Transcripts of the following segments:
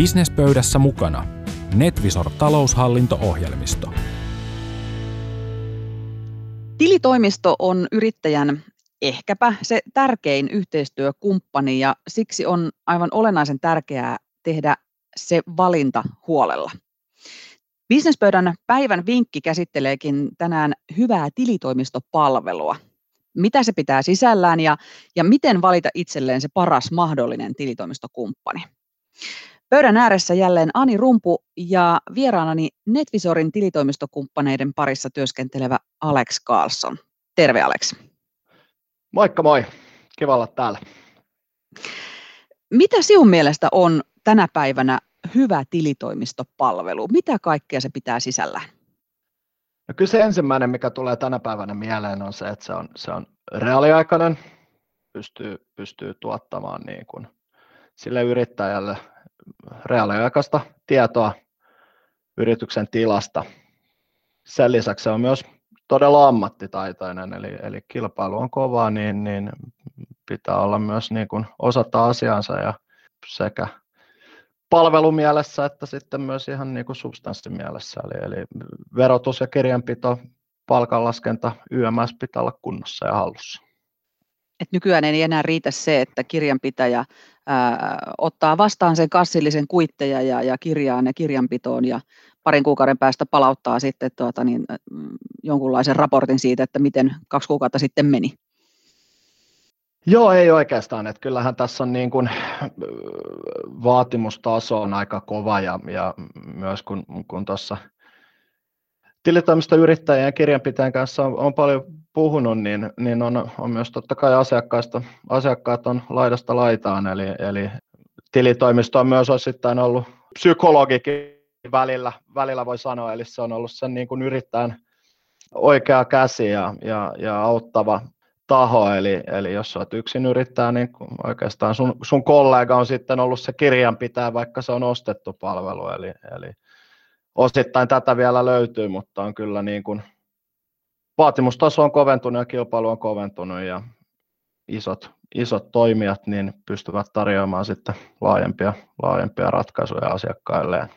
Businesspöydässä mukana NetVisor taloushallinto-ohjelmisto. Tilitoimisto on yrittäjän ehkäpä se tärkein yhteistyökumppani ja siksi on aivan olennaisen tärkeää tehdä se valinta huolella. Businesspöydän päivän vinkki käsitteleekin tänään hyvää tilitoimistopalvelua. Mitä se pitää sisällään ja miten valita itselleen se paras mahdollinen tilitoimistokumppani. Pöydän ääressä jälleen Ani Rumpu ja vieraanani NetVisorin tilitoimistokumppaneiden parissa työskentelevä Alex Karlsson. Terve Alex. Moikka moi, kiva olla täällä. Mitä sinun mielestä on tänä päivänä hyvä tilitoimistopalvelu? Mitä kaikkea se pitää sisällään? No kyllä se ensimmäinen, mikä tulee tänä päivänä mieleen, on se, että se on reaaliaikainen, pystyy tuottamaan niin kuin sille yrittäjälle reaaliaikaista tietoa yrityksen tilasta. Sen lisäksi se on myös todella ammattitaitoinen, eli kilpailu on kovaa, niin pitää olla myös niin kuin osata asiansa ja sekä palvelumielessä että sitten myös ihan niin kuin substanssimielessä, eli verotus ja kirjanpito, palkanlaskenta, YMS pitää olla kunnossa ja hallussa. Et nykyään ei enää riitä se, että kirjanpitäjä ottaa vastaan sen kassillisen kuitteja ja kirjaa ne kirjanpitoon ja parin kuukauden päästä palauttaa sitten jonkunlaisen raportin siitä, että miten 2 kuukautta sitten meni. Joo, ei oikeastaan. Että kyllähän tässä on niin kuin vaatimustaso on aika kova ja myös kun tuossa tilitoimistoyrittäjien ja kirjanpitäjän kanssa on paljon puhunut, niin on myös totta kai asiakkaat on laidasta laitaan, eli tilitoimisto on myös osittain ollut psykologikin välillä voi sanoa, eli se on ollut sen niin kuin yrittäjän oikea käsi ja auttava taho, eli jos olet yksin yrittäjä, niin oikeastaan sun kollega on sitten ollut se kirjanpitäjä, vaikka se on ostettu palvelu, eli osittain tätä vielä löytyy, mutta on kyllä niin kuin vaatimustaso on koventunut ja kilpailu on koventunut ja isot toimijat niin pystyvät tarjoamaan sitten laajempia ratkaisuja asiakkailleen.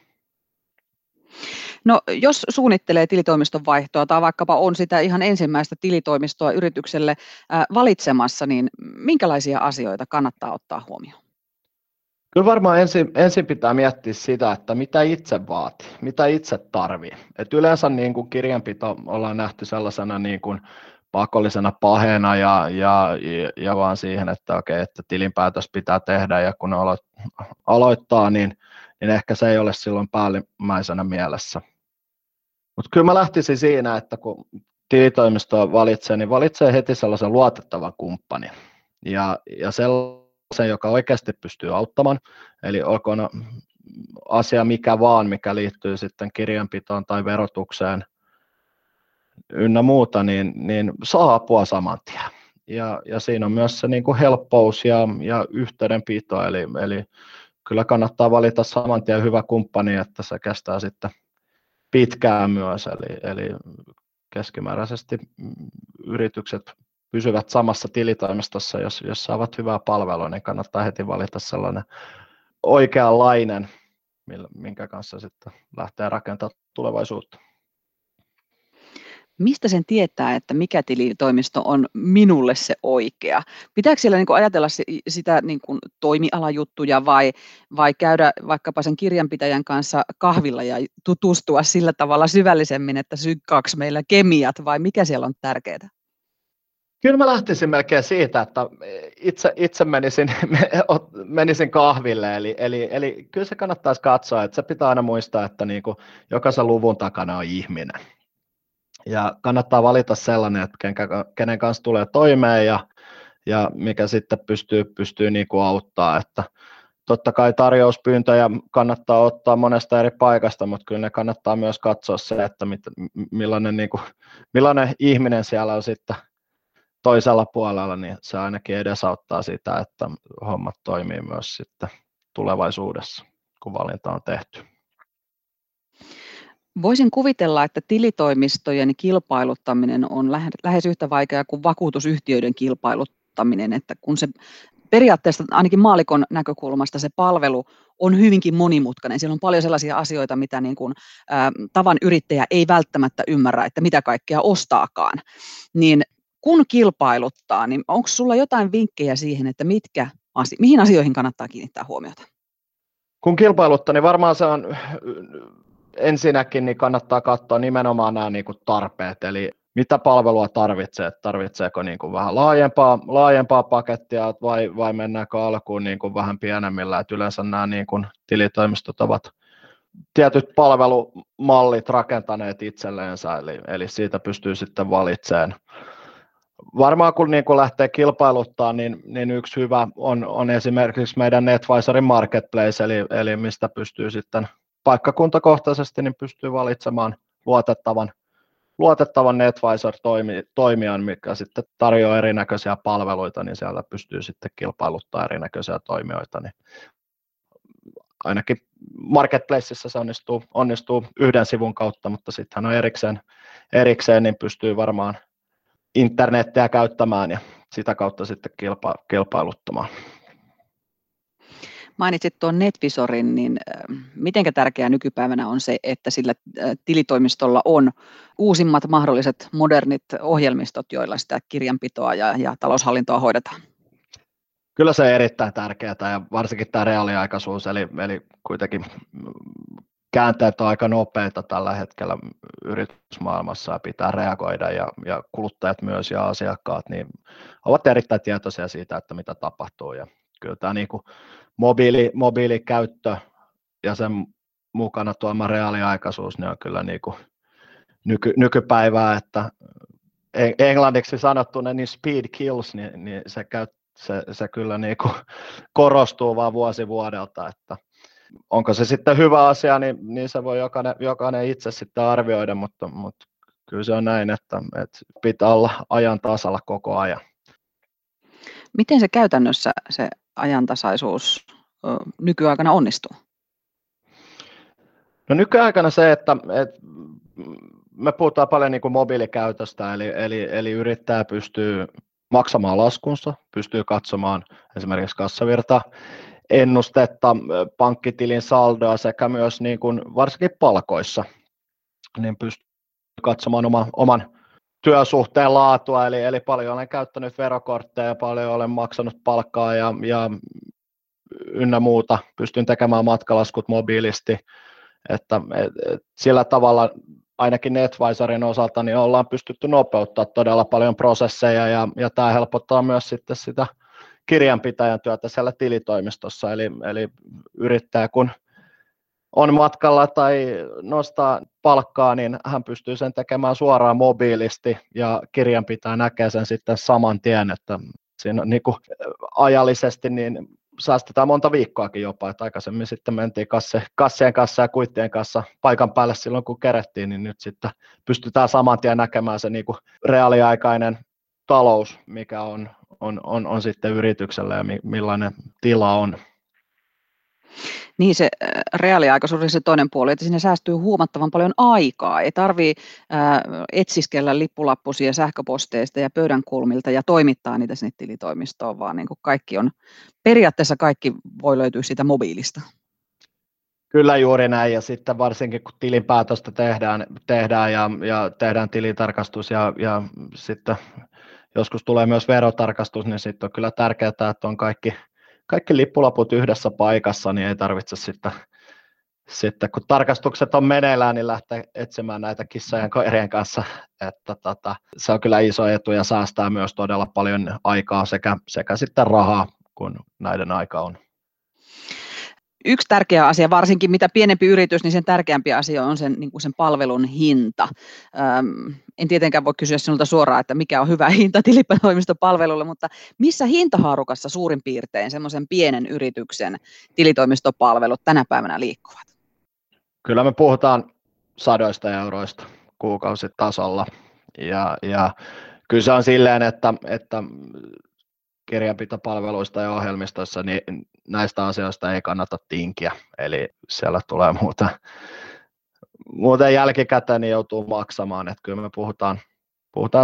No, jos suunnittelee tilitoimiston vaihtoa tai vaikkapa on sitä ihan ensimmäistä tilitoimistoa yritykselle valitsemassa, niin minkälaisia asioita kannattaa ottaa huomioon? Kyllä varmaan ensin pitää miettiä sitä, että mitä itse vaatii, mitä itse tarvii. Et yleensä niin kuin kirjanpito ollaan nähty sellaisena niin kuin pakollisena pahena ja vaan siihen, että okei, että tilinpäätös pitää tehdä ja kun aloittaa, niin ehkä se ei ole silloin päällimmäisenä mielessä. Mutta kyllä mä lähtisin siinä, että kun tilitoimistoa valitsee, niin valitsee heti sellaisen luotettavan kumppanin ja sellaisen, joka oikeasti pystyy auttamaan, eli olkoon asia mikä vaan, mikä liittyy sitten kirjanpitoon tai verotukseen ynnä muuta, niin saa apua saman tien. Ja siinä on myös se niin kuin helppous ja yhteydenpito, eli kyllä kannattaa valita saman tien hyvä kumppani, että se kestää sitten pitkään myös, eli keskimääräisesti yritykset pysyvät samassa tilitoimistossa, jos saavat hyvää palvelua, niin kannattaa heti valita sellainen oikeanlainen, minkä kanssa sitten lähtee rakentamaan tulevaisuutta. Mistä sen tietää, että mikä tilitoimisto on minulle se oikea? Pitääkö siellä ajatella sitä toimialajuttuja vai käydä vaikkapa sen kirjanpitäjän kanssa kahvilla ja tutustua sillä tavalla syvällisemmin, että synkkaaks meillä kemiat vai mikä siellä on tärkeää? Kyllä mä lähtisin melkein siitä, että itse menisin kahville, eli kyllä se kannattaisi katsoa, että se pitää aina muistaa, että niin kuin jokaisen luvun takana on ihminen. Ja kannattaa valita sellainen, että kenen kanssa tulee toimeen ja mikä sitten pystyy niin kuin auttaa. Että totta kai tarjouspyyntöjä kannattaa ottaa monesta eri paikasta, mutta kyllä ne kannattaa myös katsoa se, että millainen ihminen siellä on sitten toisella puolella, niin se ainakin edesauttaa sitä, että hommat toimii myös sitten tulevaisuudessa, kun valinta on tehty. Voisin kuvitella, että tilitoimistojen kilpailuttaminen on lähes yhtä vaikeaa kuin vakuutusyhtiöiden kilpailuttaminen, että kun se periaatteessa ainakin maallikon näkökulmasta se palvelu on hyvinkin monimutkainen. Siellä on paljon sellaisia asioita, mitä niin kuin, tavan yrittäjä ei välttämättä ymmärrä, että mitä kaikkea ostaakaan. Niin kun kilpailuttaa, niin onko sulla jotain vinkkejä siihen, että mihin asioihin kannattaa kiinnittää huomiota? Kun kilpailuttaa, niin varmaan se on ensinnäkin niin kannattaa katsoa nimenomaan nämä niin kuin tarpeet, eli mitä palvelua tarvitsee, tarvitseeko niin kuin vähän laajempaa pakettia vai mennäänkö alkuun niin kuin vähän pienemmillä, että yleensä nämä niin kuin tilitoimistot ovat tietyt palvelumallit rakentaneet itselleensä, eli siitä pystyy sitten valitsemaan. Varmaan kun niin kuin lähtee kilpailuttaa, niin yksi hyvä on esimerkiksi meidän NetVisorin Marketplace, eli mistä pystyy sitten paikkakuntakohtaisesti niin pystyy valitsemaan luotettavan NetVisor-toimijan, mikä sitten tarjoaa erinäköisiä palveluita, niin siellä pystyy sitten kilpailuttaa erinäköisiä toimijoita. Niin ainakin Marketplaceissa se onnistuu yhden sivun kautta, mutta sitten on erikseen niin pystyy varmaan internettiä käyttämään ja sitä kautta sitten kilpailuttamaan. Mainitsit tuon NetVisorin, niin miten tärkeää nykypäivänä on se, että sillä tilitoimistolla on uusimmat mahdolliset modernit ohjelmistot, joilla sitä kirjanpitoa ja taloushallintoa hoidetaan? Kyllä se on erittäin tärkeää ja varsinkin tämä reaaliaikaisuus, eli kuitenkin käänteet on aika nopeita tällä hetkellä yritysmaailmassa ja pitää reagoida ja kuluttajat myös ja asiakkaat niin ovat erittäin tietoisia siitä, että mitä tapahtuu ja kyllä tämä niin kuin mobiilikäyttö ja sen mukana tuoma reaaliaikaisuus niin on kyllä niin kuin nykypäivää, että englanniksi sanottuna niin speed kills, niin se kyllä niin kuin korostuu vaan vuosi vuodelta, että onko se sitten hyvä asia, niin se voi jokainen itse sitten arvioida, mutta kyllä se on näin, että pitää olla ajan tasalla koko ajan. Miten se käytännössä se ajantasaisuus nykyaikana onnistuu? No nykyaikana se, että me puhutaan paljon niin kuin mobiilikäytöstä, eli yrittäjä pystyy maksamaan laskunsa, pystyy katsomaan esimerkiksi kassavirta, ennustetta, pankkitilin saldoa sekä myös niin kuin varsinkin palkoissa, niin pystyy katsomaan oman työsuhteen laatua, eli paljon olen käyttänyt verokortteja, paljon olen maksanut palkkaa ja ynnä muuta, pystyn tekemään matkalaskut mobiilisti, että sillä tavalla ainakin NetVisorin osalta niin ollaan pystytty nopeuttaa todella paljon prosesseja ja tämä helpottaa myös sitten sitä kirjanpitäjän työtä siellä tilitoimistossa, eli yrittäjä kun on matkalla tai nostaa palkkaa, niin hän pystyy sen tekemään suoraan mobiilisti ja kirjanpitäjä näkee sen sitten saman tien, että siinä on niin kuin ajallisesti niin säästetään monta viikkoakin jopa, että aikaisemmin sitten mentiin kassien kanssa ja kuittien kanssa paikan päälle silloin kun kerättiin, niin nyt sitten pystytään saman tien näkemään se niin kuin reaaliaikainen talous, mikä on sitten yrityksellä ja millainen tila on. Niin se reaaliaikaisuus on se toinen puoli, että sinne säästyy huomattavan paljon aikaa. Ei tarvitse etsiskellä lippulappusia sähköposteista ja pöydän kulmilta ja toimittaa niitä sinne tilitoimistoon, vaan niin kuin periaatteessa kaikki voi löytyä siitä mobiilista. Kyllä juuri näin, ja sitten varsinkin kun tilinpäätöstä tehdään ja tehdään tilintarkastus ja sitten joskus tulee myös verotarkastus, niin sitten on kyllä tärkeää, että on kaikki lippulaput yhdessä paikassa, niin ei tarvitse sitten kun tarkastukset on meneillään, niin lähteä etsimään näitä kissojen ja koirien kanssa, että se on kyllä iso etu ja säästää myös todella paljon aikaa sekä sitten rahaa, kun näiden aika on. Yksi tärkeä asia, varsinkin mitä pienempi yritys, niin sen tärkeämpi asia on niin kuin sen palvelun hinta. En tietenkään voi kysyä sinulta suoraan, että mikä on hyvä hinta tilitoimistopalvelulle, mutta missä hintahaarukassa suurin piirtein semmoisen pienen yrityksen tilitoimistopalvelut tänä päivänä liikkuvat? Kyllä me puhutaan sadoista euroista kuukausitasolla ja kyllä se on silleen, että kirjanpitopalveluista ja ohjelmistoissa, niin näistä asioista ei kannata tinkiä, eli siellä tulee muuten jälkikäteen niin joutuu maksamaan, että kyllä me puhutaan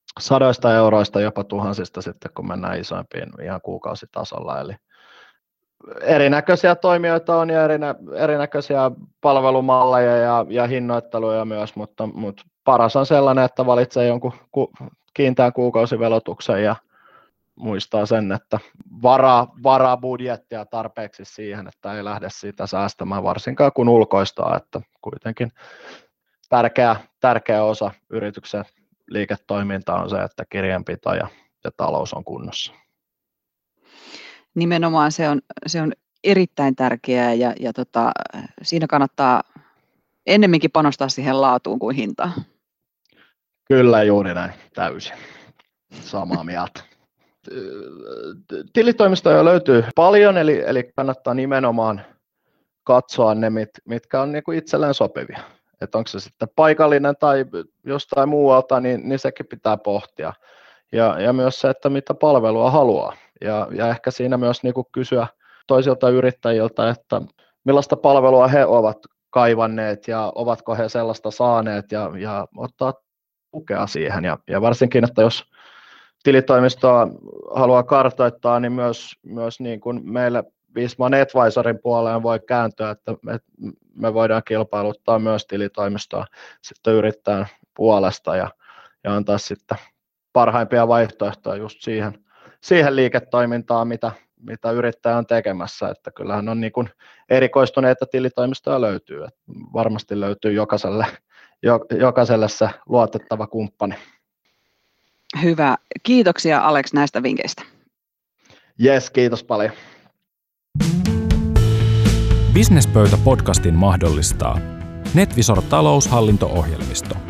sadoista euroista, jopa tuhansista sitten, kun mennään isoimpiin ihan kuukausitasolla, eli erinäköisiä toimijoita on ja erinäköisiä palvelumalleja ja hinnoitteluja myös, mutta paras on sellainen, että valitsee jonkun kiinteän kuukausivelotuksen ja muistaa sen, että varaa budjettia tarpeeksi siihen, että ei lähde siitä säästämään, varsinkaan kun ulkoistaa, että kuitenkin tärkeä osa yrityksen liiketoimintaa on se, että kirjanpito ja talous on kunnossa. Nimenomaan se on erittäin tärkeää ja siinä kannattaa ennemminkin panostaa siihen laatuun kuin hintaan. Kyllä juuri näin, täysin samaa mieltä. Tilitoimistoja löytyy paljon, eli kannattaa nimenomaan katsoa ne, mitkä on niinku itselleen sopivia. Että onko se sitten paikallinen tai jostain muualta, niin sekin pitää pohtia. Ja myös se, että mitä palvelua haluaa. Ja ehkä siinä myös niinku kysyä toisilta yrittäjiltä, että millaista palvelua he ovat kaivanneet ja ovatko he sellaista saaneet ja ottaa tukea siihen. Ja varsinkin, että jos tilitoimistoa haluaa kartoittaa, niin myös niin kuin meille Visma Netvisorin puoleen voi kääntyä, että me voidaan kilpailuttaa myös tilitoimistoa sitten yrittäjän puolesta ja antaa sitten parhaimpia vaihtoehtoja just siihen liiketoimintaan, mitä yrittäjä on tekemässä, että kyllähän on niin kuin erikoistuneita tilitoimistoja löytyy, että varmasti löytyy jokaiselle se luotettava kumppani. Hyvä. Kiitoksia Alex näistä vinkkeistä. Jes, kiitos paljon. Businesspöytä podcastin mahdollistaa NetVisor taloushallinto-ohjelmisto.